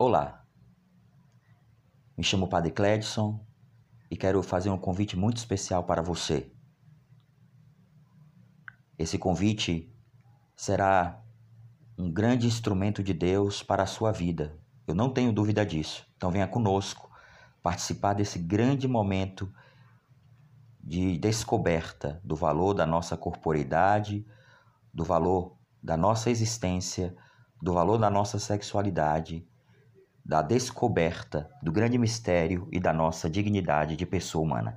Olá, me chamo Padre Cledson e quero fazer um convite muito especial para você. Esse convite será um grande instrumento de Deus para a sua vida. Eu não tenho dúvida disso. Então venha conosco participar desse grande momento de descoberta do valor da nossa corporeidade, do valor da nossa existência, do valor da nossa sexualidade, da descoberta do grande mistério e da nossa dignidade de pessoa humana.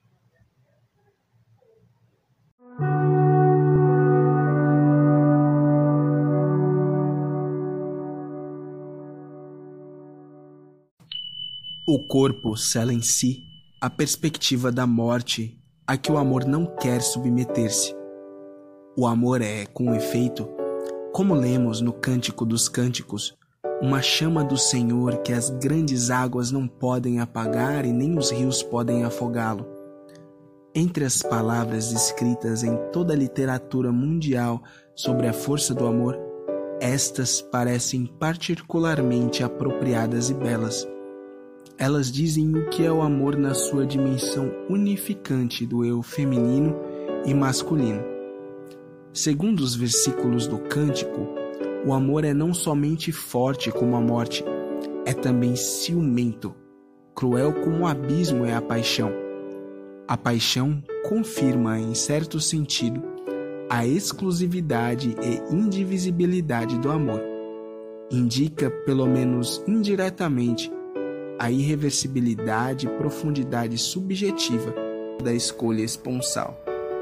O corpo cela em si a perspectiva da morte a que o amor não quer submeter-se. O amor é, com efeito, como lemos no Cântico dos Cânticos, uma chama do Senhor que as grandes águas não podem apagar e nem os rios podem afogá-lo. Entre as palavras escritas em toda a literatura mundial sobre a força do amor, estas parecem particularmente apropriadas e belas. Elas dizem o que é o amor na sua dimensão unificante do eu feminino e masculino. Segundo os versículos do Cântico, o amor é não somente forte como a morte, é também ciumento, cruel como o abismo é a paixão. A paixão confirma, em certo sentido, a exclusividade e indivisibilidade do amor. Indica, pelo menos indiretamente, a irreversibilidade e profundidade subjetiva da escolha esponsal.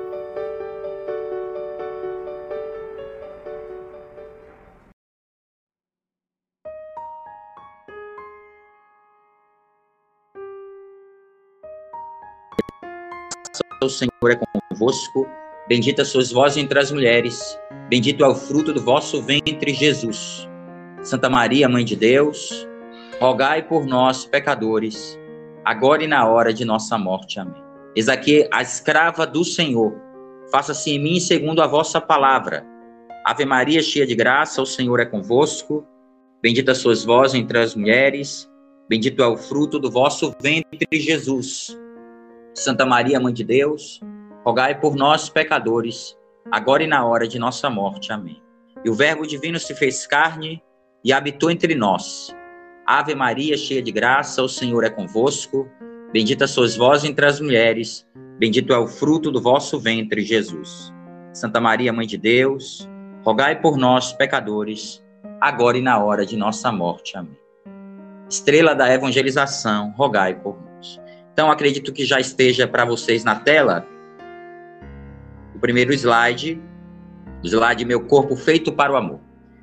O Senhor é convosco, bendita sois vós entre as mulheres, bendito é o fruto do vosso ventre, Jesus. Santa Maria, Mãe de Deus, rogai por nós, pecadores, agora e na hora de nossa morte. Amém. Eis aqui a escrava do Senhor, faça-se em mim segundo a vossa palavra. Ave Maria, cheia de graça, o Senhor é convosco, bendita sois vós entre as mulheres, bendito é o fruto do vosso ventre, Jesus. Santa Maria, Mãe de Deus, rogai por nós, pecadores, agora e na hora de nossa morte. Amém. E o Verbo divino se fez carne e habitou entre nós. Ave Maria, cheia de graça, o Senhor é convosco, bendita sois vós entre as mulheres, bendito é o fruto do vosso ventre, Jesus. Santa Maria, Mãe de Deus, rogai por nós, pecadores, agora e na hora de nossa morte. Amém. Estrela da evangelização, rogai por nós. Então, acredito que já esteja para vocês na tela o primeiro slide, o slide Meu Corpo Feito para o Amor.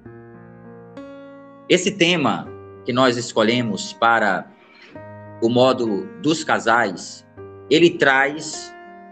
Esse tema que nós escolhemos para o módulo dos casais, ele traz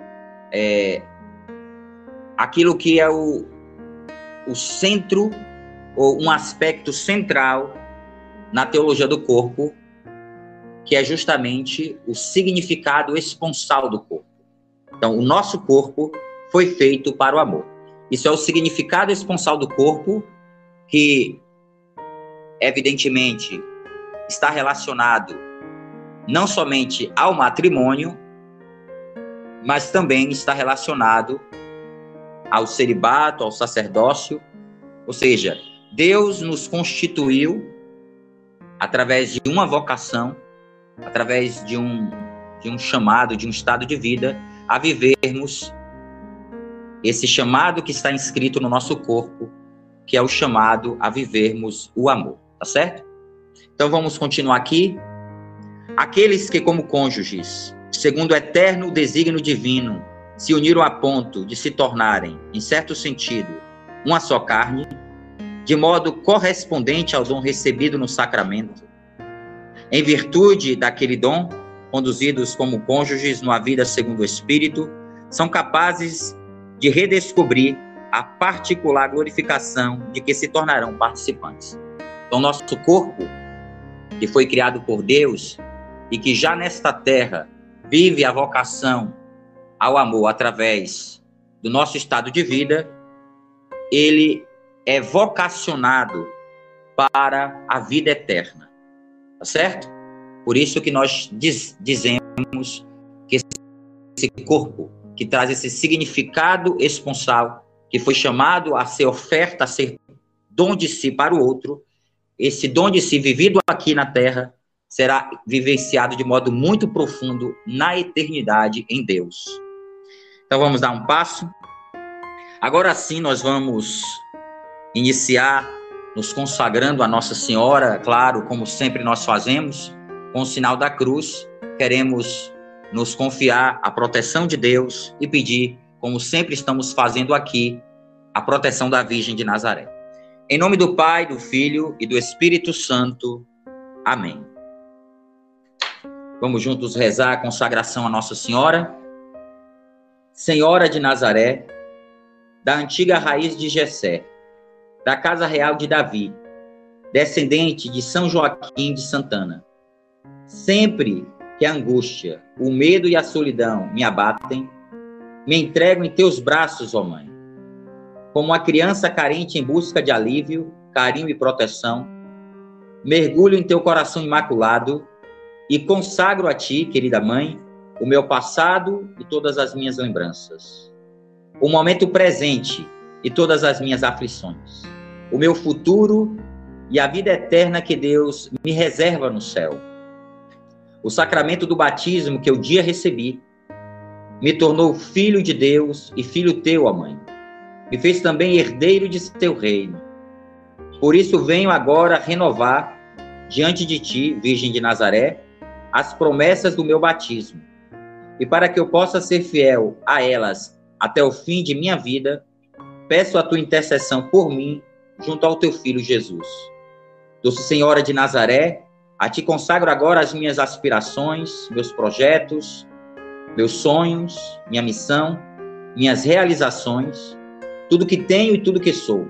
aquilo que é o centro, ou um aspecto central na teologia do corpo, que é justamente o significado esponsal do corpo. Então, o nosso corpo foi feito para o amor. Isso é o significado esponsal do corpo, que evidentemente está relacionado não somente ao matrimônio, mas também está relacionado ao celibato, ao sacerdócio. Ou seja, Deus nos constituiu através de uma vocação, através de um chamado, de um estado de vida, a vivermos esse chamado que está inscrito no nosso corpo, que é o chamado a vivermos o amor. Tá certo? Então vamos continuar aqui. Aqueles que, como cônjuges, segundo o eterno desígnio divino, se uniram a ponto de se tornarem, em certo sentido, uma só carne, de modo correspondente ao dom recebido no sacramento, em virtude daquele dom, conduzidos como cônjuges numa vida segundo o Espírito, são capazes de redescobrir a particular glorificação de que se tornarão participantes. Então, nosso corpo, que foi criado por Deus e que já nesta terra vive a vocação ao amor através do nosso estado de vida, ele é vocacionado para a vida eterna. tá certo? Por isso que nós dizemos que esse corpo, que traz esse significado esponsal, que foi chamado a ser oferta, a ser dom de si para o outro, esse dom de si vivido aqui na terra, será vivenciado de modo muito profundo na eternidade em Deus. Então vamos dar um passo. Agora sim nós vamos iniciar nos consagrando a Nossa Senhora, claro, como sempre nós fazemos, com o sinal da cruz. Queremos nos confiar à proteção de Deus e pedir, como sempre estamos fazendo aqui, a proteção da Virgem de Nazaré. Em nome do Pai, do Filho e do Espírito Santo. Amém. Vamos juntos rezar a consagração a Nossa Senhora. Senhora de Nazaré, da antiga raiz de Jessé, da casa real de Davi, descendente de São Joaquim de Santana, sempre que a angústia, o medo e a solidão me abatem, me entrego em teus braços, ó Mãe. Como uma criança carente em busca de alívio, carinho e proteção, mergulho em teu coração imaculado e consagro a ti, querida Mãe, o meu passado e todas as minhas lembranças, o momento presente e todas as minhas aflições, o meu futuro e a vida eterna que Deus me reserva no céu. O sacramento do batismo que eu dia recebi me tornou filho de Deus e filho teu, ó Mãe. Me fez também herdeiro de teu reino. Por isso venho agora renovar diante de ti, Virgem de Nazaré, as promessas do meu batismo. E para que eu possa ser fiel a elas até o fim de minha vida, peço a tua intercessão por mim junto ao teu Filho Jesus. Doce Senhora de Nazaré, a ti consagro agora as minhas aspirações, meus projetos, meus sonhos, minha missão, minhas realizações, tudo que tenho e tudo que sou.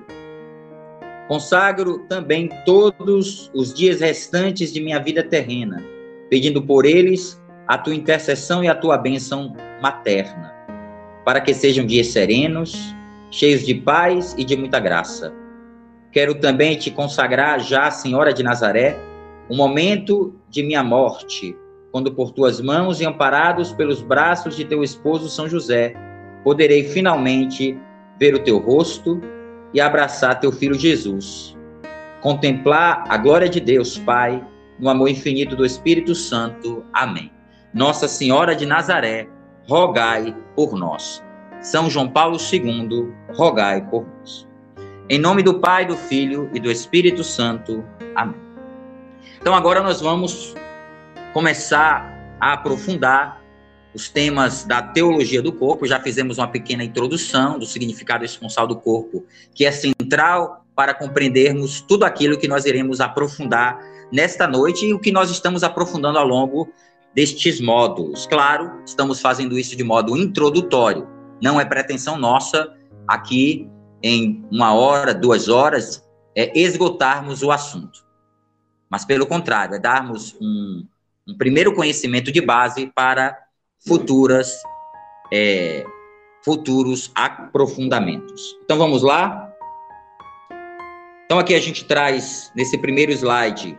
Consagro também todos os dias restantes de minha vida terrena, pedindo por eles a tua intercessão e a tua bênção materna, para que sejam dias serenos, cheios de paz e de muita graça. Quero também te consagrar já, Senhora de Nazaré, o momento de minha morte, quando por tuas mãos e amparados pelos braços de teu esposo São José, poderei finalmente ver o teu rosto e abraçar teu Filho Jesus. Contemplar a glória de Deus, Pai, no amor infinito do Espírito Santo. Amém. Nossa Senhora de Nazaré, rogai por nós. São João Paulo II, rogai por nós. Em nome do Pai, do Filho e do Espírito Santo. Amém. Então agora nós vamos começar a aprofundar os temas da teologia do corpo. Já fizemos uma pequena introdução do significado esponsal do corpo, que é central para compreendermos tudo aquilo que nós iremos aprofundar nesta noite e o que nós estamos aprofundando ao longo destes módulos. Claro, estamos fazendo isso de modo introdutório. Não é pretensão nossa aqui em 1 hora, 2 horas, esgotarmos o assunto. Mas, pelo contrário, é darmos um primeiro conhecimento de base para futuros aprofundamentos. Então, vamos lá? Então, aqui a gente traz, nesse primeiro slide,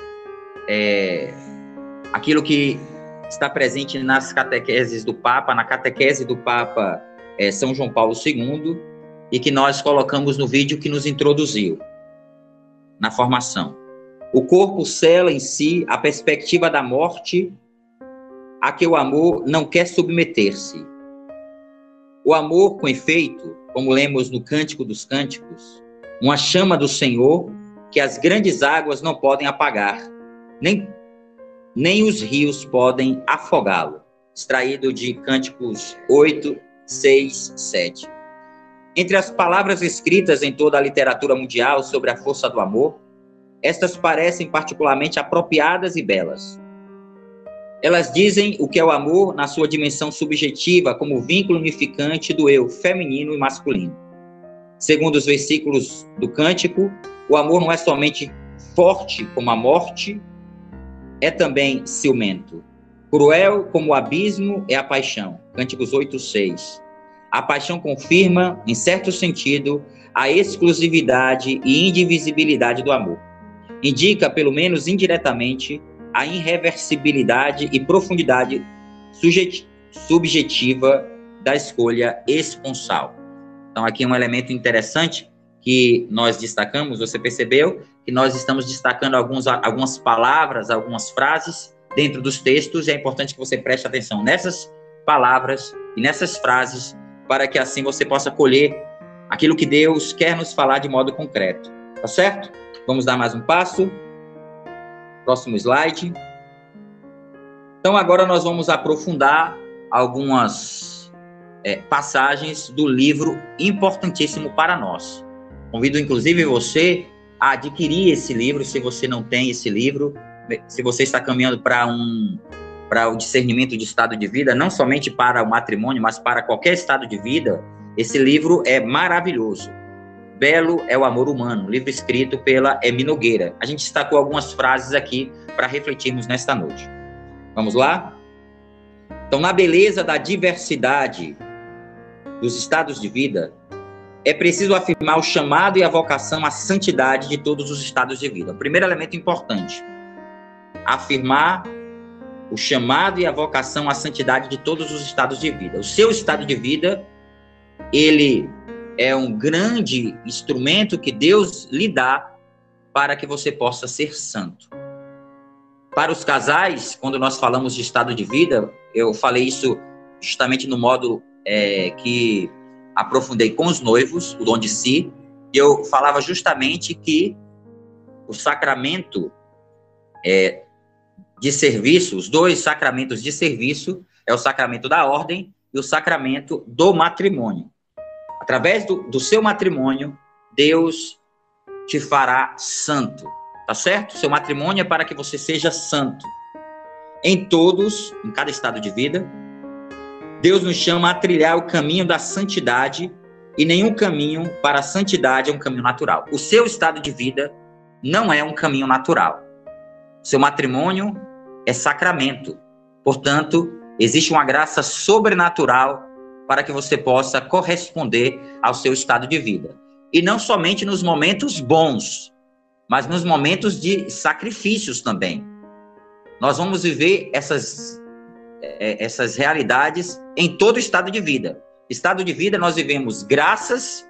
aquilo que está presente nas catequeses do Papa, na catequese do Papa São João Paulo II, e que nós colocamos no vídeo que nos introduziu na formação. O corpo cela em si a perspectiva da morte a que o amor não quer submeter-se. O amor, com efeito, como lemos no Cântico dos Cânticos, uma chama do Senhor que as grandes águas não podem apagar, nem os rios podem afogá-lo. Extraído de Cânticos 8, 6, 7. Entre as palavras escritas em toda a literatura mundial sobre a força do amor, estas parecem particularmente apropriadas e belas. Elas dizem o que é o amor na sua dimensão subjetiva, como vínculo unificante do eu feminino e masculino. Segundo os versículos do Cântico, o amor não é somente forte como a morte, é também ciumento. Cruel como o abismo é a paixão. Cânticos 8, 6. A paixão confirma, em certo sentido, a exclusividade e indivisibilidade do amor. Indica, pelo menos indiretamente, a irreversibilidade e profundidade subjetiva da escolha esponsal. Então, aqui um elemento interessante que nós destacamos, você percebeu que nós estamos destacando algumas palavras, algumas frases dentro dos textos, e é importante que você preste atenção nessas palavras e nessas frases, para que assim você possa colher aquilo que Deus quer nos falar de modo concreto. Tá certo? Vamos dar mais um passo. Próximo slide. Então, agora nós vamos aprofundar algumas passagens do livro importantíssimo para nós. Convido, inclusive, você a adquirir esse livro, se você não tem esse livro, se você está caminhando para o discernimento de estado de vida, não somente para o matrimônio, mas para qualquer estado de vida. Esse livro é maravilhoso. Belo é o Amor Humano, livro escrito pela Emi Nogueira. A gente destacou algumas frases aqui para refletirmos nesta noite. Vamos lá? Então, na beleza da diversidade dos estados de vida, é preciso afirmar o chamado e a vocação à santidade de todos os estados de vida. O primeiro elemento importante, afirmar o chamado e a vocação à santidade de todos os estados de vida. O seu estado de vida, ele é um grande instrumento que Deus lhe dá para que você possa ser santo. Para os casais, quando nós falamos de estado de vida, eu falei isso justamente no módulo que aprofundei com os noivos, o dom de si, e eu falava justamente que o sacramento de serviço, os dois sacramentos de serviço, é o sacramento da ordem e o sacramento do matrimônio. Através do seu matrimônio, Deus te fará santo, tá certo? Seu matrimônio é para que você seja santo. Em cada estado de vida, Deus nos chama a trilhar o caminho da santidade, e nenhum caminho para a santidade é um caminho natural. O seu estado de vida não é um caminho natural. Seu matrimônio é sacramento. Portanto, existe uma graça sobrenatural para que você possa corresponder ao seu estado de vida. E não somente nos momentos bons, mas nos momentos de sacrifícios também. Nós vamos viver essas realidades em todo o estado de vida. Estado de vida, nós vivemos graças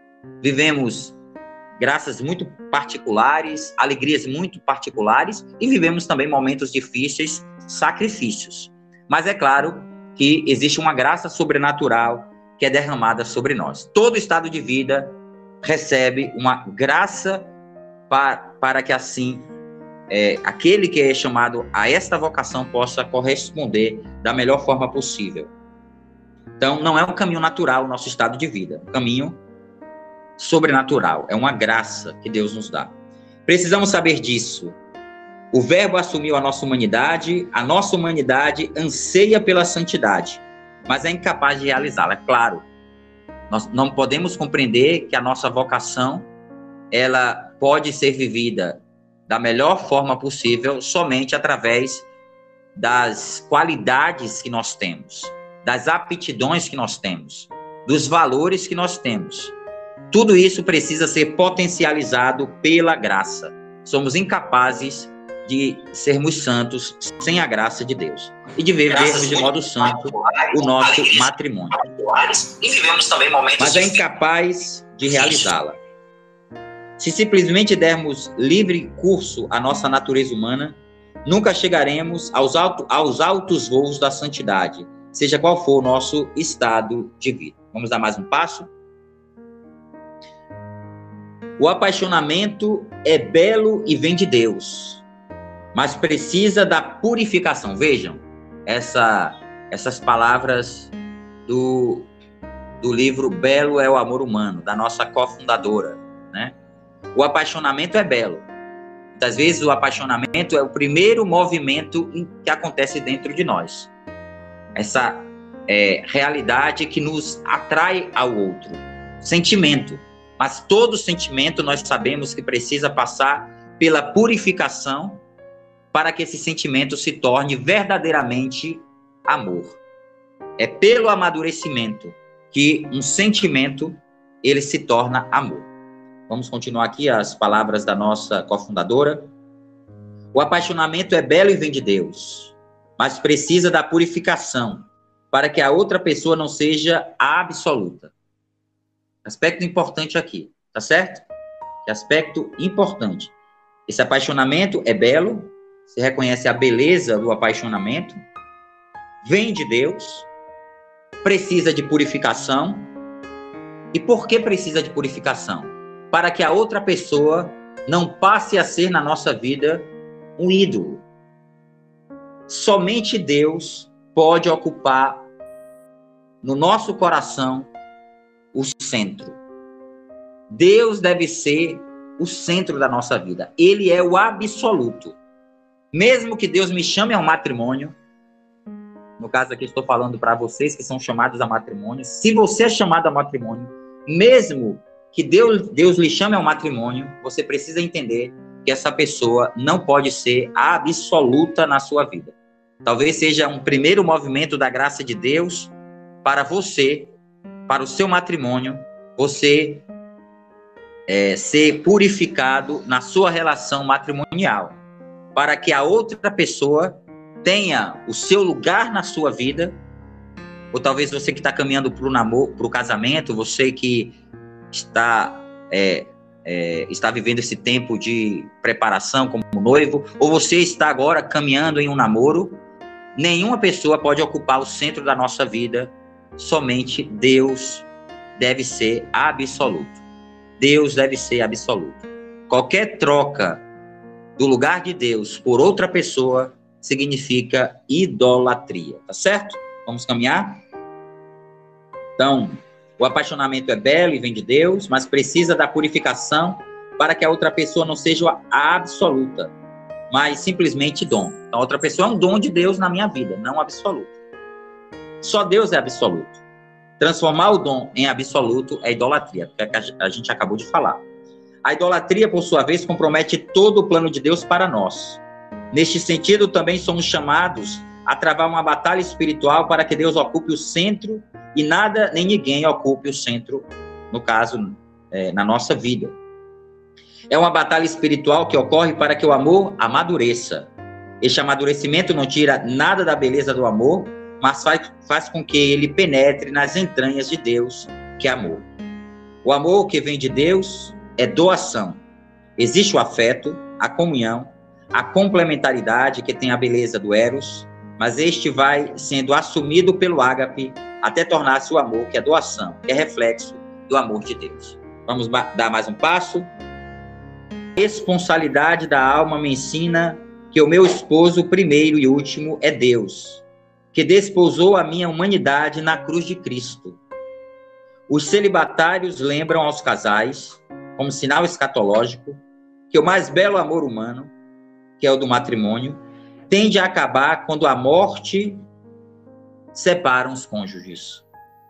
muito particulares, alegrias muito particulares, e vivemos também momentos difíceis, sacrifícios. Mas é claro que existe uma graça sobrenatural que é derramada sobre nós. Todo estado de vida recebe uma graça para que assim aquele que é chamado a esta vocação possa corresponder da melhor forma possível. Então, não é um caminho natural o nosso estado de vida, é um caminho sobrenatural, é uma graça que Deus nos dá. Precisamos saber disso. O Verbo assumiu a nossa humanidade anseia pela santidade, mas é incapaz de realizá-la. É claro, nós não podemos compreender que a nossa vocação ela pode ser vivida da melhor forma possível somente através das qualidades que nós temos, das aptidões que nós temos, dos valores que nós temos. Tudo isso precisa ser potencializado pela graça. Somos incapazes de sermos santos sem a graça de Deus e de vivermos de modo santo o nosso matrimônio. E vivemos também momentos mas é incapaz de realizá-la. Se simplesmente dermos livre curso à nossa natureza humana, nunca chegaremos aos altos voos da santidade, seja qual for o nosso estado de vida. Vamos dar mais um passo? O apaixonamento é belo e vem de Deus, mas precisa da purificação. Vejam essas palavras do livro Belo é o Amor Humano, da nossa cofundadora, né? O apaixonamento é belo. Muitas vezes o apaixonamento é o primeiro movimento que acontece dentro de nós. Essa realidade que nos atrai ao outro. Sentimento. Mas todo sentimento nós sabemos que precisa passar pela purificação para que esse sentimento se torne verdadeiramente amor. É pelo amadurecimento que um sentimento ele se torna amor. Vamos continuar aqui as palavras da nossa cofundadora. O apaixonamento é belo e vem de Deus, mas precisa da purificação para que a outra pessoa não seja a absoluta. Aspecto importante aqui, tá certo? Que aspecto importante. Esse apaixonamento é belo, você reconhece a beleza do apaixonamento, vem de Deus, precisa de purificação. E por que precisa de purificação? Para que a outra pessoa não passe a ser na nossa vida um ídolo. Somente Deus pode ocupar no nosso coração o centro. Deus deve ser o centro da nossa vida. Ele é o absoluto. Mesmo que Deus me chame ao matrimônio, no caso aqui estou falando para vocês que são chamados a matrimônio, se você é chamado a matrimônio, mesmo que Deus lhe chame ao matrimônio, você precisa entender que essa pessoa não pode ser absoluta na sua vida. Talvez seja um primeiro movimento da graça de Deus para você, para o seu matrimônio, você ser purificado na sua relação matrimonial, para que a outra pessoa tenha o seu lugar na sua vida, ou talvez você que está caminhando para o namoro, para o casamento, você que está vivendo esse tempo de preparação como noivo, ou você está agora caminhando em um namoro, nenhuma pessoa pode ocupar o centro da nossa vida, somente Deus deve ser absoluto. Deus deve ser absoluto. Qualquer troca do lugar de Deus por outra pessoa significa idolatria, tá certo? Vamos caminhar? Então, o apaixonamento é belo e vem de Deus, mas precisa da purificação para que a outra pessoa não seja a absoluta, mas simplesmente dom. Então, a outra pessoa é um dom de Deus na minha vida, não absoluto. Só Deus é absoluto. Transformar o dom em absoluto é idolatria, que a gente acabou de falar. A idolatria, por sua vez, compromete todo o plano de Deus para nós. Neste sentido, também somos chamados a travar uma batalha espiritual para que Deus ocupe o centro e nada nem ninguém ocupe o centro, no caso, na nossa vida. É uma batalha espiritual que ocorre para que o amor amadureça. Este amadurecimento não tira nada da beleza do amor, mas faz com que ele penetre nas entranhas de Deus, que é amor. O amor que vem de Deus é doação. Existe o afeto, a comunhão, a complementaridade, que tem a beleza do eros, mas este vai sendo assumido pelo ágape até tornar-se o amor, que é doação, que é reflexo do amor de Deus. Vamos dar mais um passo. A responsabilidade da alma me ensina que o meu esposo, primeiro e último, é Deus, que desposou a minha humanidade na cruz de Cristo. Os celibatários lembram aos casais, como sinal escatológico, que o mais belo amor humano, que é o do matrimônio, tende a acabar quando a morte separa os cônjuges.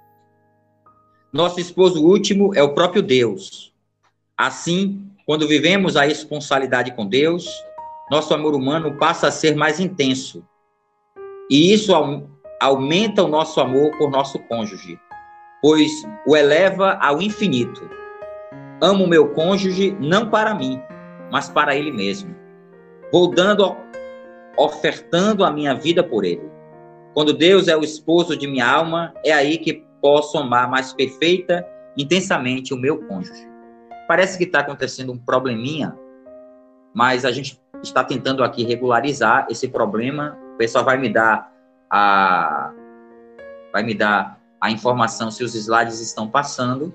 Nosso esposo último é o próprio Deus. Assim, quando vivemos a responsabilidade com Deus, nosso amor humano passa a ser mais intenso. E isso aumenta o nosso amor por nosso cônjuge, pois o eleva ao infinito. Amo o meu cônjuge não para mim, mas para ele mesmo. Vou ofertando a minha vida por ele. Quando Deus é o esposo de minha alma, é aí que posso amar mais perfeita, intensamente o meu cônjuge. Parece que está acontecendo um probleminha, mas a gente está tentando aqui regularizar esse problema. O pessoal vai me dar a informação se os slides estão passando.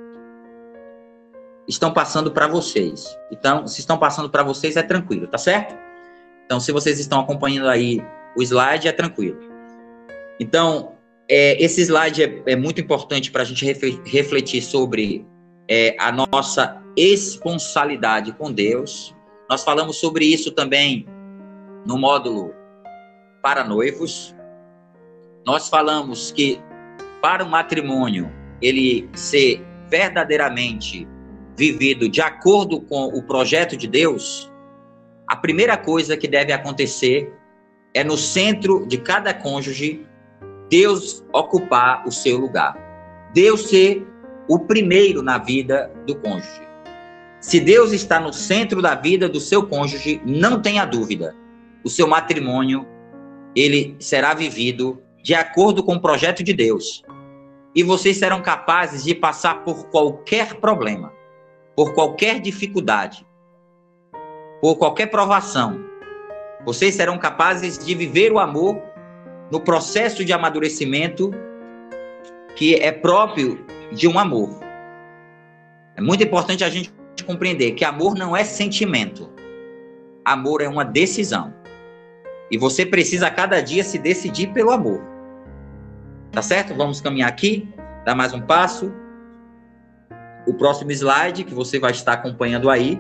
Estão passando para vocês. Então, se estão passando para vocês, é tranquilo, tá certo? Então, se vocês estão acompanhando aí o slide, é tranquilo. Então, esse slide é muito importante para a gente refletir sobre a nossa responsabilidade com Deus. Nós falamos sobre isso também no módulo para noivos. Nós falamos que para o matrimônio, ele ser verdadeiramente vivido de acordo com o projeto de Deus, a primeira coisa que deve acontecer é no centro de cada cônjuge, Deus ocupar o seu lugar. Deus ser o primeiro na vida do cônjuge. Se Deus está no centro da vida do seu cônjuge, não tenha dúvida, o seu matrimônio, ele será vivido de acordo com o projeto de Deus. E vocês serão capazes de passar por qualquer problema, por qualquer dificuldade, por qualquer provação. Vocês serão capazes de viver o amor no processo de amadurecimento que é próprio de um amor. É muito importante a gente compreender que amor não é sentimento. Amor é uma decisão. E você precisa a cada dia se decidir pelo amor. Tá certo? Vamos caminhar aqui, dar mais um passo. O próximo slide, que você vai estar acompanhando aí,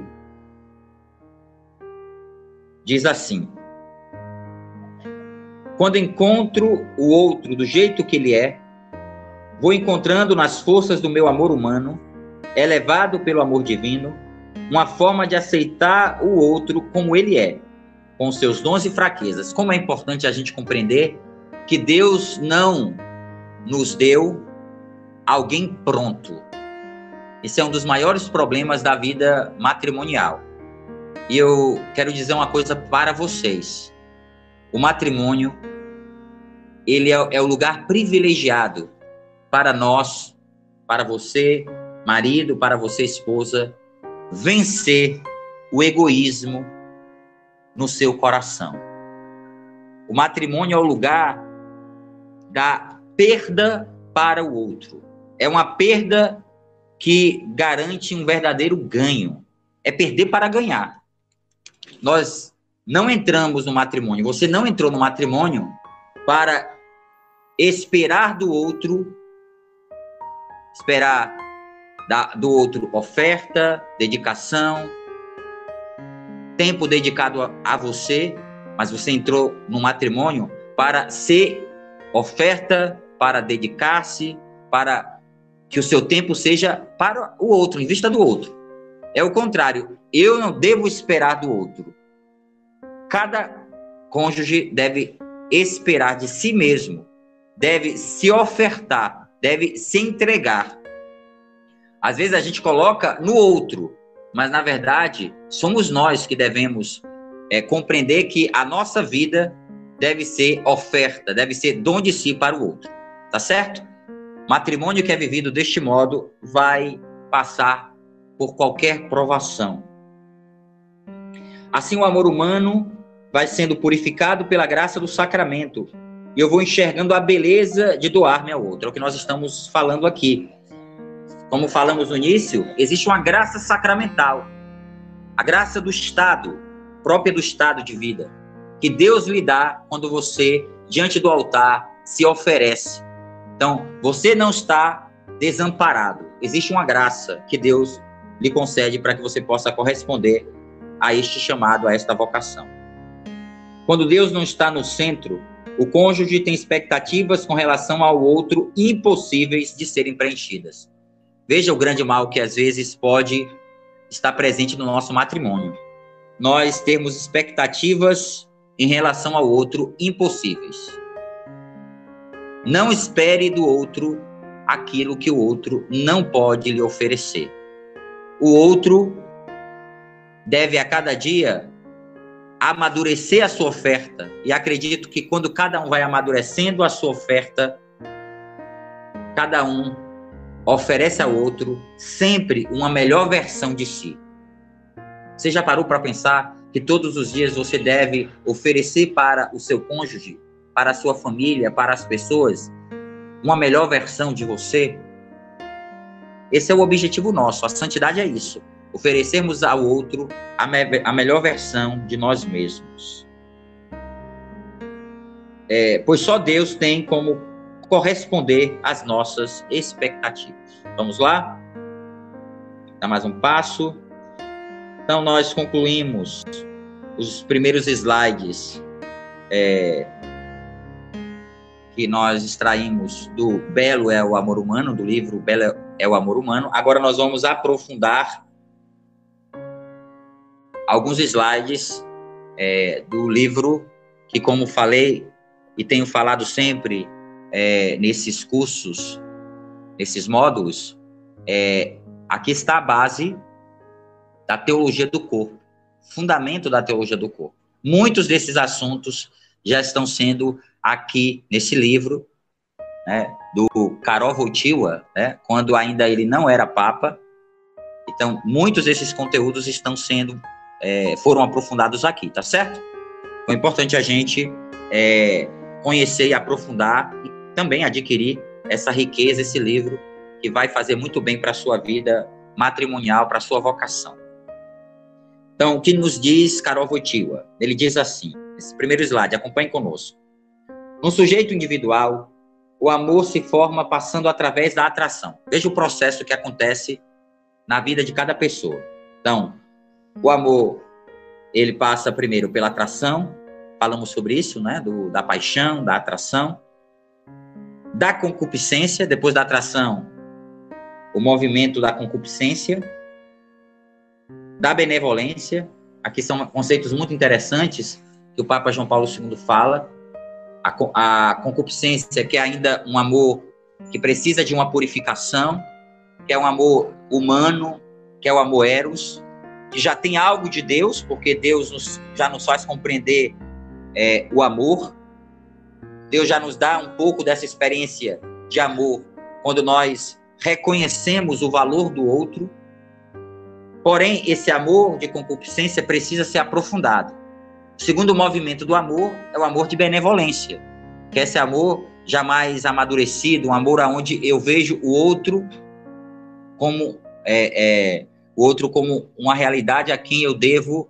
diz assim: quando encontro o outro do jeito que ele é, vou encontrando nas forças do meu amor humano, elevado pelo amor divino, uma forma de aceitar o outro como ele é, com seus dons e fraquezas. Como é importante a gente compreender que Deus não nos deu alguém pronto. Esse é um dos maiores problemas da vida matrimonial. E eu quero dizer uma coisa para vocês. O matrimônio, ele é o lugar privilegiado para nós, para você, marido, para você, esposa, vencer o egoísmo no seu coração. O matrimônio é o lugar da perda para o outro. É uma perda que garante um verdadeiro ganho. É perder para ganhar. Nós não entramos no matrimônio, você não entrou no matrimônio para esperar do outro, esperar do outro oferta, dedicação, tempo dedicado a você, mas você entrou no matrimônio para ser oferta, para dedicar-se, para que o seu tempo seja para o outro, em vista do outro. É o contrário, eu não devo esperar do outro. Cada cônjuge deve esperar de si mesmo, deve se ofertar, deve se entregar. Às vezes a gente coloca no outro, mas na verdade somos nós que devemos compreender que a nossa vida deve ser oferta, deve ser dom de si para o outro, tá certo? Matrimônio que é vivido deste modo vai passar por qualquer provação. Assim o amor humano vai sendo purificado pela graça do sacramento e eu vou enxergando a beleza de doar-me ao outro, é o que nós estamos falando aqui. Como falamos no início, existe uma graça sacramental, a graça do estado, própria do estado de vida, que Deus lhe dá quando você, diante do altar, se oferece. Então, você não está desamparado. Existe uma graça que Deus lhe concede para que você possa corresponder a este chamado, a esta vocação. Quando Deus não está no centro, o cônjuge tem expectativas com relação ao outro impossíveis de serem preenchidas. Veja o grande mal que às vezes pode estar presente no nosso matrimônio. Nós temos expectativas em relação ao outro impossíveis. Não espere do outro aquilo que o outro não pode lhe oferecer. O outro deve a cada dia amadurecer a sua oferta. E acredito que quando cada um vai amadurecendo a sua oferta, cada um oferece ao outro sempre uma melhor versão de si. Você já parou para pensar que todos os dias você deve oferecer para o seu cônjuge, para a sua família, para as pessoas, uma melhor versão de você? Esse é o objetivo nosso, a santidade é isso. Oferecermos ao outro a melhor versão de nós mesmos. Pois só Deus tem como corresponder às nossas expectativas. Vamos lá? Dá mais um passo. Então, nós concluímos os primeiros slides que nós extraímos do Belo é o Amor Humano, do livro Belo é o Amor Humano. Agora nós vamos aprofundar alguns slides do livro que, como falei e tenho falado sempre nesses cursos, nesses módulos, aqui está a base da teologia do corpo, fundamento da teologia do corpo. Muitos desses assuntos já estão sendo aqui nesse livro, né, do Karol Wojtyła, né, quando ainda ele não era papa. Então, muitos desses conteúdos estão sendo, foram aprofundados aqui, tá certo? Então, é importante a gente conhecer e aprofundar e também adquirir essa riqueza, esse livro, que vai fazer muito bem para a sua vida matrimonial, para a sua vocação. Então, o que nos diz Karol Wojtyła? Ele diz assim, esse primeiro slide, acompanhe conosco. No sujeito individual, o amor se forma passando através da atração. Veja o processo que acontece na vida de cada pessoa. Então, o amor, ele passa primeiro pela atração, falamos sobre isso, né? Da paixão, da atração, da concupiscência, depois da atração, o movimento da concupiscência, da benevolência. Aqui são conceitos muito interessantes que o Papa João Paulo II fala. A concupiscência, que é ainda um amor que precisa de uma purificação, que é um amor humano, que é o amor eros, que já tem algo de Deus, porque Deus já nos faz compreender o amor. Deus já nos dá um pouco dessa experiência de amor quando nós reconhecemos o valor do outro. Porém, esse amor de concupiscência precisa ser aprofundado. O segundo movimento do amor é o amor de benevolência, que é esse amor jamais amadurecido, um amor onde eu vejo o outro como uma realidade a quem eu devo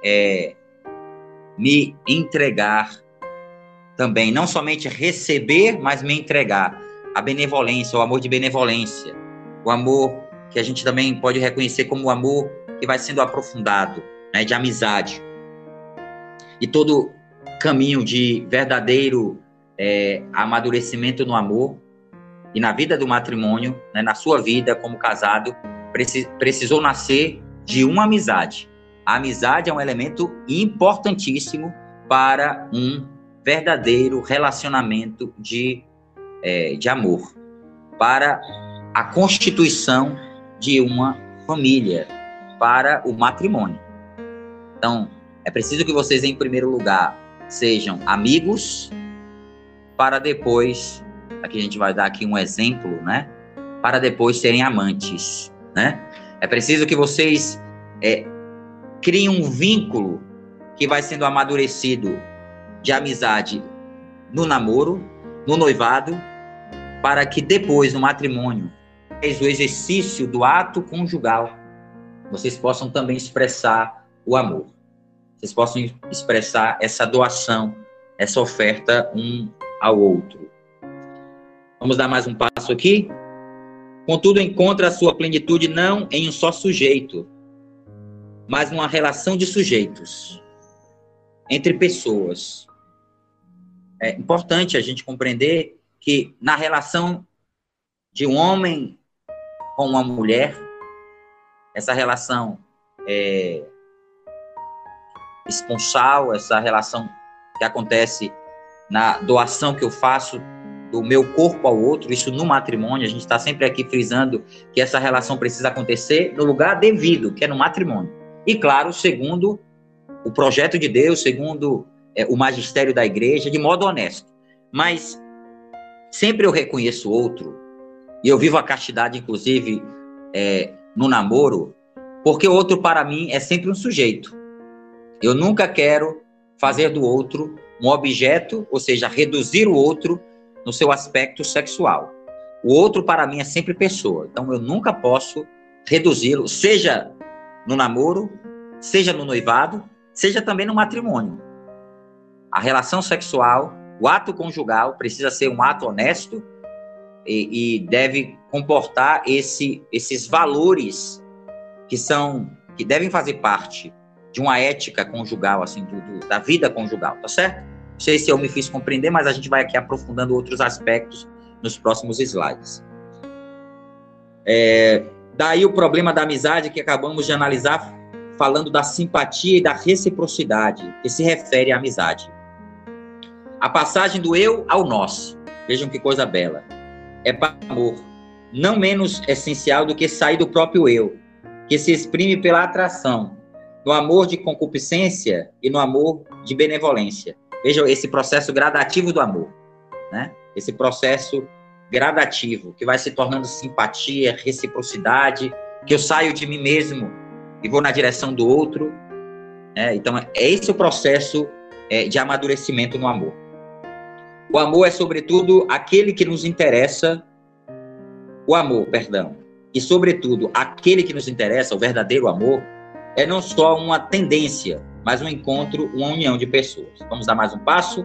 me entregar também, não somente receber, mas me entregar. A benevolência, o amor de benevolência, o amor que a gente também pode reconhecer como o amor que vai sendo aprofundado, né, de amizade. E todo caminho de verdadeiro amadurecimento no amor e na vida do matrimônio, né, na sua vida como casado, precisou nascer de uma amizade. A amizade é um elemento importantíssimo para um verdadeiro relacionamento de amor, para a constituição de uma família, para o matrimônio. Então, é preciso que vocês, em primeiro lugar, sejam amigos, para depois, aqui a gente vai dar aqui um exemplo, né? Para depois serem amantes, né? É preciso que vocês criem um vínculo que vai sendo amadurecido de amizade no namoro, no noivado, para que depois, no matrimônio, o exercício do ato conjugal, vocês possam também expressar o amor. Vocês possam expressar essa doação, essa oferta um ao outro. Vamos dar mais um passo aqui? Contudo, encontra a sua plenitude não em um só sujeito, mas numa relação de sujeitos, entre pessoas. É importante a gente compreender que na relação de um homem com uma mulher, essa relação esponsal, essa relação que acontece na doação que eu faço do meu corpo ao outro, isso no matrimônio, a gente está sempre aqui frisando que essa relação precisa acontecer no lugar devido, que é no matrimônio. E claro, segundo o projeto de Deus, segundo o magistério da igreja, de modo honesto. Mas sempre eu reconheço o outro, e eu vivo a castidade, inclusive, no namoro, porque o outro, para mim, é sempre um sujeito. Eu nunca quero fazer do outro um objeto, ou seja, reduzir o outro no seu aspecto sexual. O outro, para mim, é sempre pessoa. Então, eu nunca posso reduzi-lo, seja no namoro, seja no noivado, seja também no matrimônio. A relação sexual, o ato conjugal, precisa ser um ato honesto e deve comportar esses valores que devem fazer parte de uma ética conjugal, assim, da vida conjugal, tá certo? Não sei se eu me fiz compreender, mas a gente vai aqui aprofundando outros aspectos nos próximos slides. Daí o problema da amizade que acabamos de analisar, falando da simpatia e da reciprocidade, que se refere à amizade. A passagem do eu ao nós, vejam que coisa bela, é para o amor, não menos essencial do que sair do próprio eu, que se exprime pela atração, no amor de concupiscência e no amor de benevolência. Vejam esse processo gradativo do amor, né? Esse processo gradativo, que vai se tornando simpatia, reciprocidade, que eu saio de mim mesmo e vou na direção do outro. Então, é esse o processo de amadurecimento no amor. O amor é, sobretudo, aquele que nos interessa, e, sobretudo, aquele que nos interessa, o verdadeiro amor, é não só uma tendência, mas um encontro, uma união de pessoas. Vamos dar mais um passo?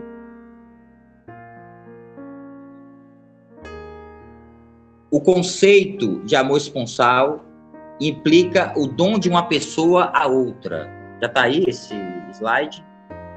O conceito de amor esponsal implica o dom de uma pessoa a outra. Já está aí esse slide?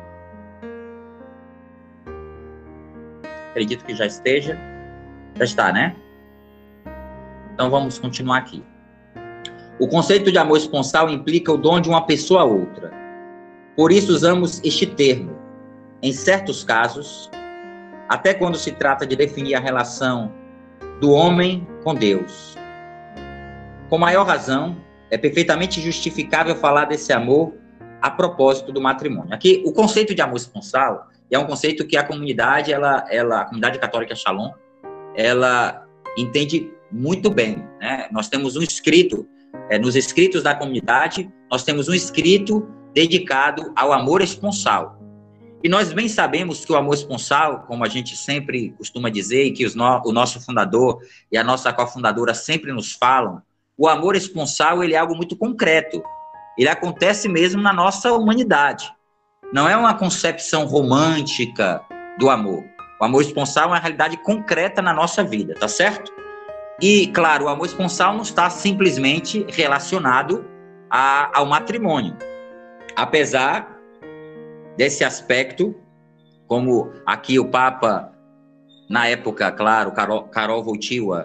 Acredito que já esteja. Já está, né? Então vamos continuar aqui. O conceito de amor esponsal implica o dom de uma pessoa a outra. Por isso usamos este termo. Em certos casos, até quando se trata de definir a relação do homem com Deus. Com maior razão, é perfeitamente justificável falar desse amor a propósito do matrimônio. Aqui, o conceito de amor esponsal é um conceito que a comunidade, a comunidade católica Shalom, ela entende muito bem, né? Nós temos um escrito, nos escritos da comunidade, nós temos um escrito dedicado ao amor esponsal. E nós bem sabemos que o amor esponsal, como a gente sempre costuma dizer, e que o nosso fundador e a nossa cofundadora sempre nos falam, o amor esponsal, ele é algo muito concreto. Ele acontece mesmo na nossa humanidade. Não é uma concepção romântica do amor. O amor esponsal é uma realidade concreta na nossa vida, tá certo? E, claro, o amor esponsal não está simplesmente relacionado ao matrimônio. Apesar desse aspecto, como aqui o Papa, na época, claro, Karol Wojtyła,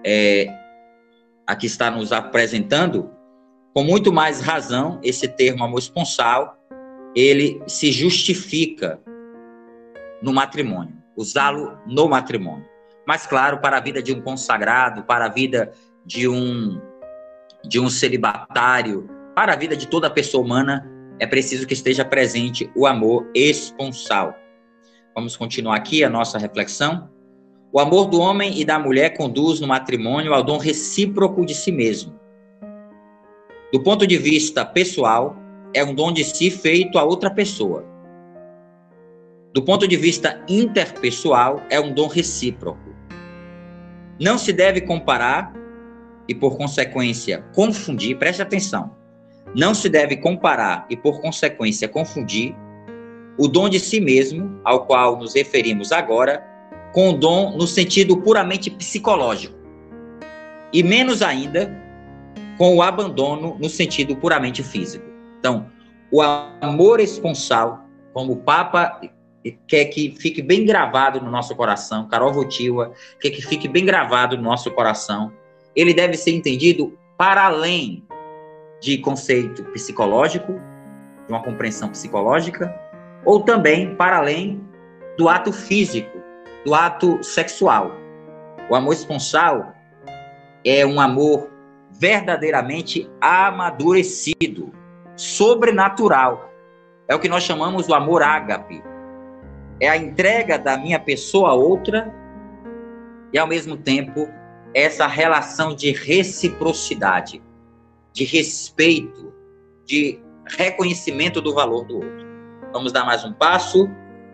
aqui está nos apresentando, com muito mais razão, esse termo amor esponsal, ele se justifica no matrimônio, usá-lo no matrimônio. Mas, claro, para a vida de um consagrado, para a vida de um celibatário, para a vida de toda pessoa humana, é preciso que esteja presente o amor esponsal. Vamos continuar aqui a nossa reflexão. O amor do homem e da mulher conduz no matrimônio ao dom recíproco de si mesmo. Do ponto de vista pessoal, é um dom de si feito a outra pessoa. Do ponto de vista interpessoal, é um dom recíproco. Não se deve comparar e, por consequência, confundir, preste atenção, não se deve comparar e, por consequência, confundir o dom de si mesmo, ao qual nos referimos agora, com o dom no sentido puramente psicológico, e menos ainda com o abandono no sentido puramente físico. Então, o amor esponsal, como o Papa quer que fique bem gravado no nosso coração, Karol Wojtyła quer que fique bem gravado no nosso coração, ele deve ser entendido para além de conceito psicológico, de uma compreensão psicológica, ou também para além do ato físico, do ato sexual. O amor esponsal é um amor verdadeiramente amadurecido, sobrenatural. É o que nós chamamos do amor ágape. É a entrega da minha pessoa a outra e, ao mesmo tempo, essa relação de reciprocidade, de respeito, de reconhecimento do valor do outro. Vamos dar mais um passo.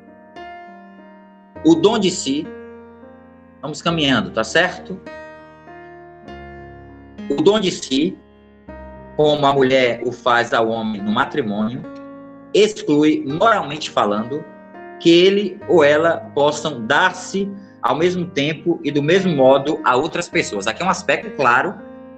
O dom de si. Vamos caminhando, tá certo? O dom de si, como a mulher o faz ao homem no matrimônio, exclui, moralmente falando, que ele ou ela possam dar-se ao mesmo tempo e do mesmo modo a outras pessoas. Aqui é um aspecto, claro,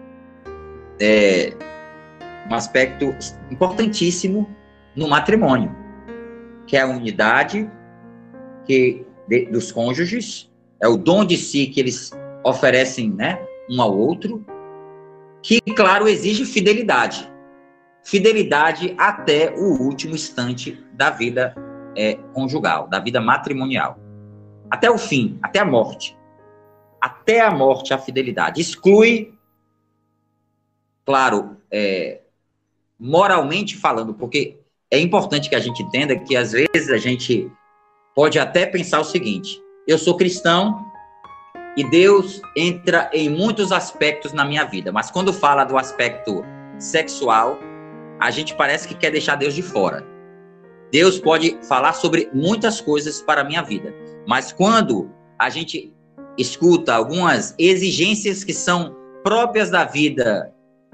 um aspecto importantíssimo no matrimônio, que é a unidade dos cônjuges, é o dom de si que eles oferecem, né, um ao outro, que, claro, exige fidelidade. Fidelidade até o último instante da vida conjugal, da vida matrimonial. Até o fim, até a morte. Até a morte, a fidelidade. Exclui claro, moralmente falando, porque é importante que a gente entenda que às vezes a gente pode até pensar o seguinte: eu sou cristão e Deus entra em muitos aspectos na minha vida, mas quando fala do aspecto sexual, a gente parece que quer deixar Deus de fora. Deus pode falar sobre muitas coisas para a minha vida, mas quando a gente escuta algumas exigências que são próprias da vida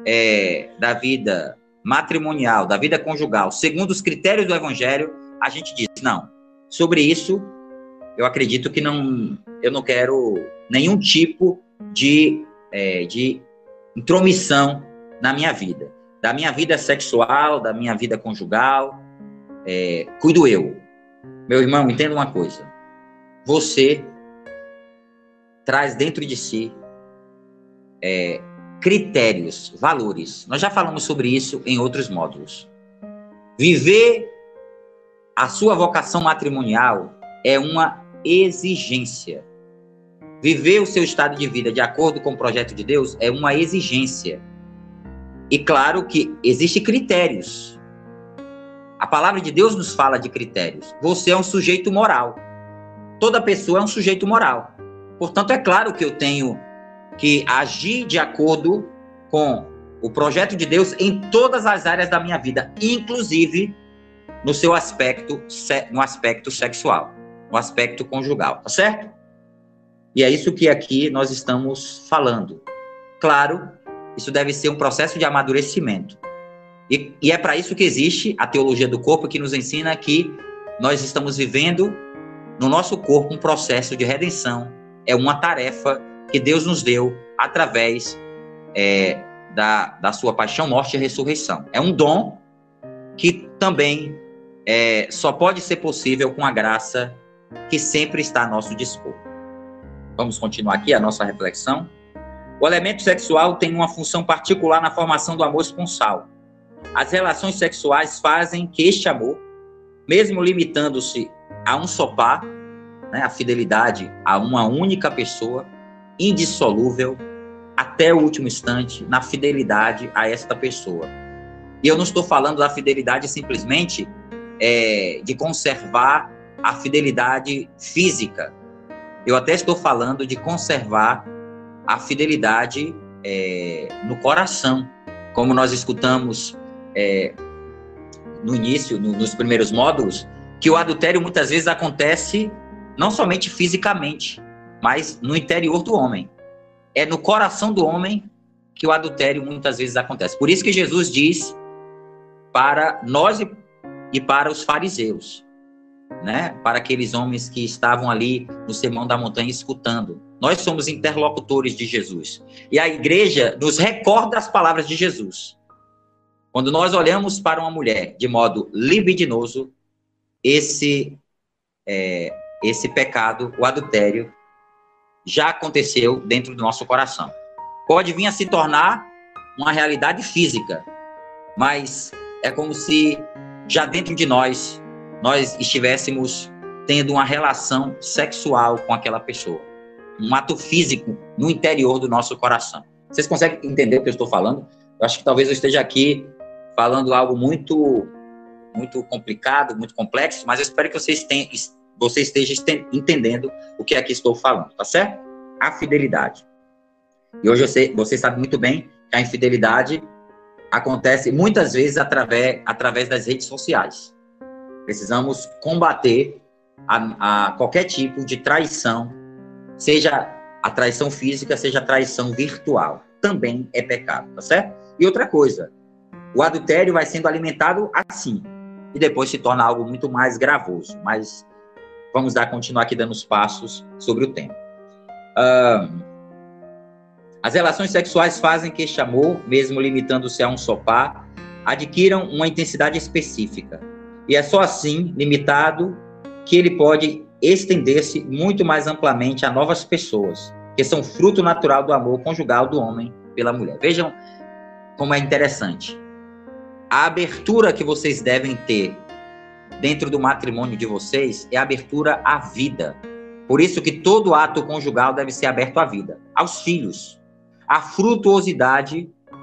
matrimonial, da vida conjugal, segundo os critérios do Evangelho, a gente diz, não, sobre isso eu acredito que eu não quero nenhum tipo de intromissão na minha vida. Da minha vida sexual, da minha vida conjugal, cuido eu. Meu irmão, entenda uma coisa. Você traz dentro de si critérios, valores. Nós já falamos sobre isso em outros módulos. Viver a sua vocação matrimonial é uma exigência. Viver o seu estado de vida de acordo com o projeto de Deus é uma exigência. E claro que existem critérios. A palavra de Deus nos fala de critérios. Você é um sujeito moral. Toda pessoa é um sujeito moral. Portanto, é claro que eu tenho que agir de acordo com o projeto de Deus em todas as áreas da minha vida, inclusive no seu aspecto, no aspecto sexual, no aspecto conjugal, tá certo? E é isso que aqui nós estamos falando. Claro, isso deve ser um processo de amadurecimento. E é para isso que existe a teologia do corpo, que nos ensina que nós estamos vivendo no nosso corpo um processo de redenção. É uma tarefa que Deus nos deu através da sua paixão, morte e ressurreição. É um dom que também só pode ser possível com a graça que sempre está a nosso dispor. Vamos continuar aqui a nossa reflexão. O elemento sexual tem uma função particular na formação do amor esponsal. As relações sexuais fazem que este amor, mesmo limitando-se a um só par, a fidelidade a uma única pessoa, indissolúvel, até o último instante, na fidelidade a esta pessoa. E eu não estou falando da fidelidade simplesmente de conservar a fidelidade física. Eu até estou falando de conservar a fidelidade no coração. Como nós escutamos no início, nos primeiros módulos, que o adultério muitas vezes acontece não somente fisicamente, mas no interior do homem. É no coração do homem que o adultério muitas vezes acontece. Por isso que Jesus diz para nós e para os fariseus, para aqueles homens que estavam ali no Sermão da Montanha escutando. Nós somos interlocutores de Jesus. E a igreja nos recorda as palavras de Jesus. Quando nós olhamos para uma mulher de modo libidinoso, esse pecado, o adultério, já aconteceu dentro do nosso coração. Pode vir a se tornar uma realidade física, mas é como se já dentro de nós estivéssemos tendo uma relação sexual com aquela pessoa. Um ato físico no interior do nosso coração. Vocês conseguem entender o que eu estou falando? Eu acho que talvez eu esteja aqui falando algo muito, muito complicado, muito complexo, mas eu espero que você esteja entendendo o que aqui estou falando, tá certo? A fidelidade. E hoje você sabe muito bem que a infidelidade acontece muitas vezes através das redes sociais. Precisamos combater a qualquer tipo de traição, seja a traição física, seja a traição virtual. Também é pecado, tá certo? E outra coisa, o adultério vai sendo alimentado assim, e depois se torna algo muito mais gravoso. Mas vamos continuar aqui dando os passos sobre o tema. As relações sexuais fazem que este amor, mesmo limitando-se a um só par, adquiram uma intensidade específica. E é só assim, limitado, que ele pode estender-se muito mais amplamente a novas pessoas, que são fruto natural do amor conjugal do homem pela mulher. Vejam como é interessante. A abertura que vocês devem ter dentro do matrimônio de vocês é a abertura à vida. Por isso que todo ato conjugal deve ser aberto à vida, aos filhos, à frutuosidade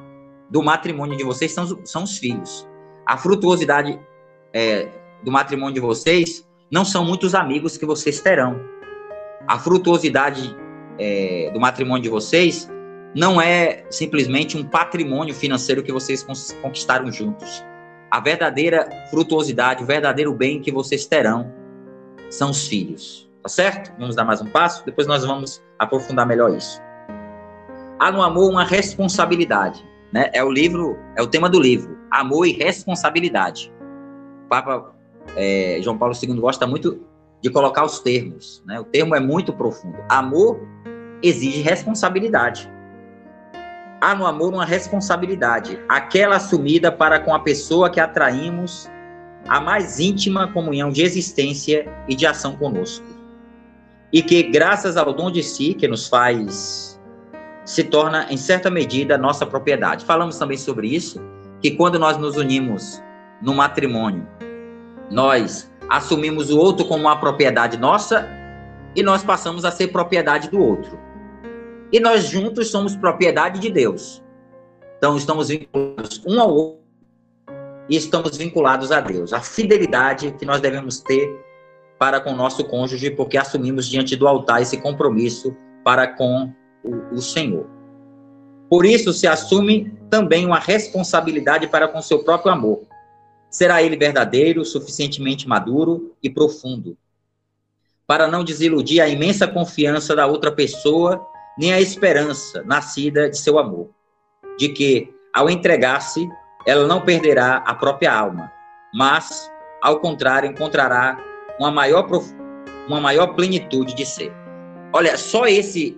do matrimônio de vocês são os filhos. A frutuosidade do matrimônio de vocês não são muitos amigos que vocês terão. A frutuosidade do matrimônio de vocês não é simplesmente um patrimônio financeiro que vocês conquistaram juntos. A verdadeira frutuosidade, o verdadeiro bem que vocês terão são os filhos. Tá certo? Vamos dar mais um passo, depois nós vamos aprofundar melhor isso. Há no amor uma responsabilidade, né? É o tema do livro, amor e responsabilidade. O Papa João Paulo II gosta muito de colocar os termos, né? O termo é muito profundo. Amor exige responsabilidade. Há no amor uma responsabilidade, aquela assumida para com a pessoa que atraímos a mais íntima comunhão de existência e de ação conosco. E que, graças ao dom de si que nos faz, se torna, em certa medida, nossa propriedade. Falamos também sobre isso, que quando nós nos unimos no matrimônio, nós assumimos o outro como uma propriedade nossa e nós passamos a ser propriedade do outro. E nós juntos somos propriedade de Deus. Então, estamos vinculados um ao outro e estamos vinculados a Deus. A fidelidade que nós devemos ter para com o nosso cônjuge, porque assumimos diante do altar esse compromisso para com o Senhor. Por isso, se assume também uma responsabilidade para com seu próprio amor. Será ele verdadeiro, suficientemente maduro e profundo, para não desiludir a imensa confiança da outra pessoa, nem a esperança nascida de seu amor, de que, ao entregar-se, ela não perderá a própria alma, mas, ao contrário, encontrará uma maior plenitude de ser. Olha, só esse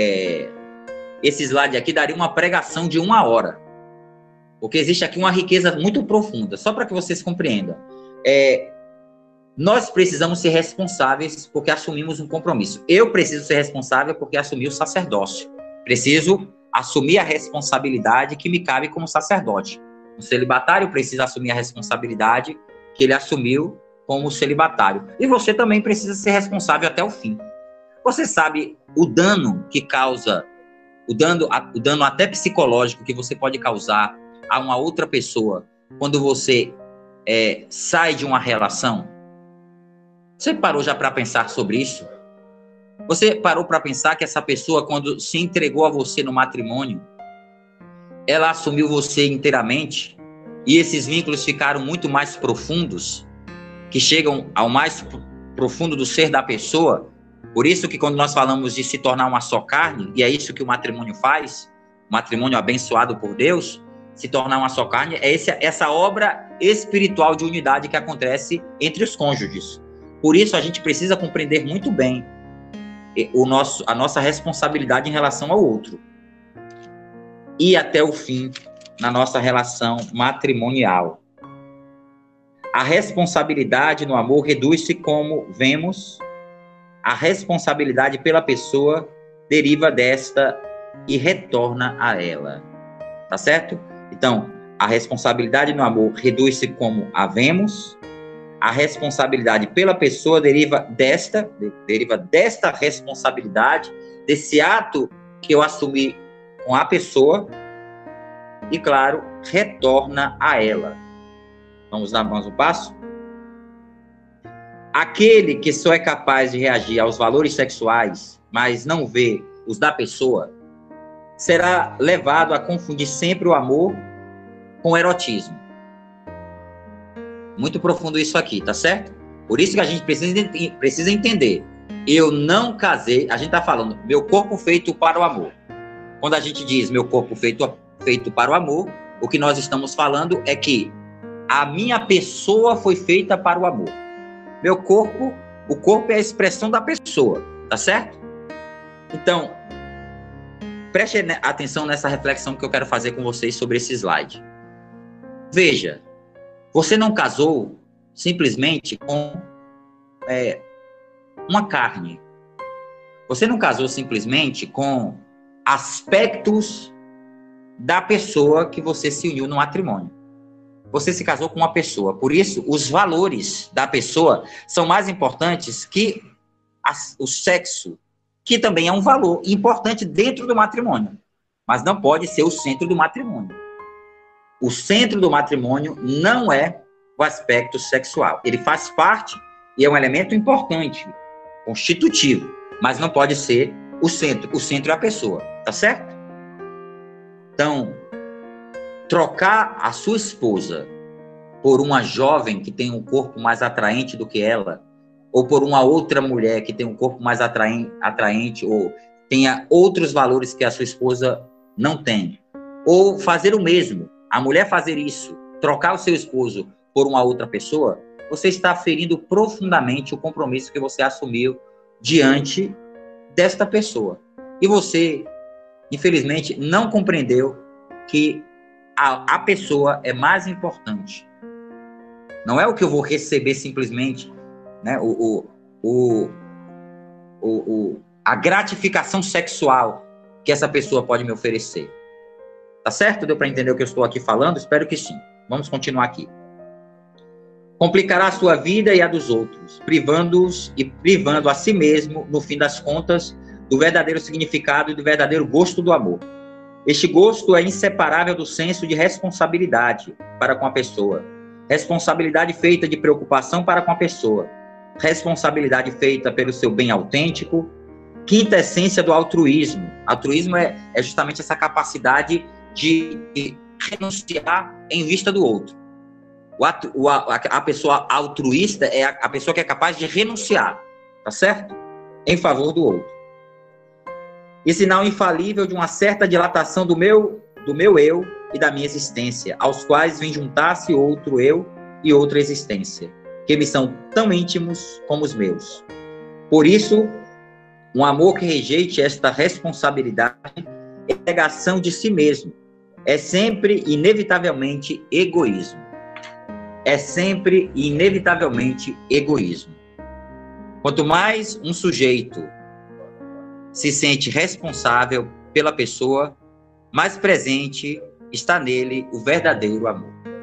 slide aqui daria uma pregação de 1 hora, porque existe aqui uma riqueza muito profunda, só para que vocês compreendam. Nós precisamos ser responsáveis porque assumimos um compromisso. Eu preciso ser responsável porque assumi o sacerdócio. Preciso assumir a responsabilidade que me cabe como sacerdote. O celibatário precisa assumir a responsabilidade que ele assumiu como celibatário. E você também precisa ser responsável até o fim. Você sabe o dano que causa, o dano até psicológico que você pode causar a uma outra pessoa quando você sai de uma relação? Você parou já para pensar sobre isso? Você parou para pensar que essa pessoa, quando se entregou a você no matrimônio, ela assumiu você inteiramente e esses vínculos ficaram muito mais profundos, que chegam ao mais profundo do ser da pessoa? Por isso que quando nós falamos de se tornar uma só carne, e é isso que o matrimônio faz, o matrimônio abençoado por Deus, se tornar uma só carne, é essa obra espiritual de unidade que acontece entre os cônjuges. Por isso, a gente precisa compreender muito bem a nossa responsabilidade em relação ao outro. E até o fim, na nossa relação matrimonial. A responsabilidade no amor reduz-se, como vemos, a responsabilidade pela pessoa deriva desta e retorna a ela. Tá certo? Então, a responsabilidade no amor reduz-se, como a vemos. A responsabilidade pela pessoa deriva desta responsabilidade, desse ato que eu assumi com a pessoa e, claro, retorna a ela. Vamos dar mais um passo? Aquele que só é capaz de reagir aos valores sexuais, mas não vê os da pessoa, será levado a confundir sempre o amor com o erotismo. Muito profundo isso aqui, tá certo? Por isso que a gente precisa entender. Eu não casei, a gente tá falando, meu corpo feito para o amor. Quando a gente diz meu corpo feito para o amor, o que nós estamos falando é que a minha pessoa foi feita para o amor. Meu corpo, o corpo é a expressão da pessoa, tá certo? Então, preste atenção nessa reflexão que eu quero fazer com vocês sobre esse slide. Veja, você não casou simplesmente com uma carne. Você não casou simplesmente com aspectos da pessoa que você se uniu no matrimônio. Você se casou com uma pessoa. Por isso, os valores da pessoa são mais importantes que o sexo, que também é um valor importante dentro do matrimônio, mas não pode ser o centro do matrimônio. o centro do matrimônio não é o aspecto sexual. Ele faz parte e é um elemento importante, constitutivo, mas não pode ser o centro. O centro é a pessoa, tá certo? Então, trocar a sua esposa por uma jovem que tem um corpo mais atraente do que ela, ou por uma outra mulher que tem um corpo mais atraente, ou tenha outros valores que a sua esposa não tem, ou fazer o mesmo, a mulher fazer isso, trocar o seu esposo por uma outra pessoa, você está ferindo profundamente o compromisso que você assumiu diante desta pessoa. E você, infelizmente, não compreendeu que a pessoa é mais importante. Não é o que eu vou receber simplesmente, né, a gratificação sexual que essa pessoa pode me oferecer. Tá certo? Deu para entender o que eu estou aqui falando? Espero que sim. Vamos continuar aqui. Complicará a sua vida e a dos outros, privando-os e privando a si mesmo, no fim das contas, do verdadeiro significado e do verdadeiro gosto do amor. Este gosto é inseparável do senso de responsabilidade para com a pessoa. Responsabilidade feita de preocupação para com a pessoa. Responsabilidade feita pelo seu bem autêntico. Quinta essência do altruísmo. Altruísmo é justamente essa capacidade de renunciar em vista do outro. A pessoa altruísta é a pessoa que é capaz de renunciar, tá certo? Em favor do outro. E sinal infalível de uma certa dilatação do meu eu e da minha existência, aos quais vem juntar-se outro eu e outra existência, que me são tão íntimos como os meus. Por isso, um amor que rejeite esta responsabilidade é negação de si mesmo. É sempre, inevitavelmente, egoísmo. É sempre, inevitavelmente, egoísmo. Quanto mais um sujeito se sente responsável pela pessoa, mais presente está nele o verdadeiro amor.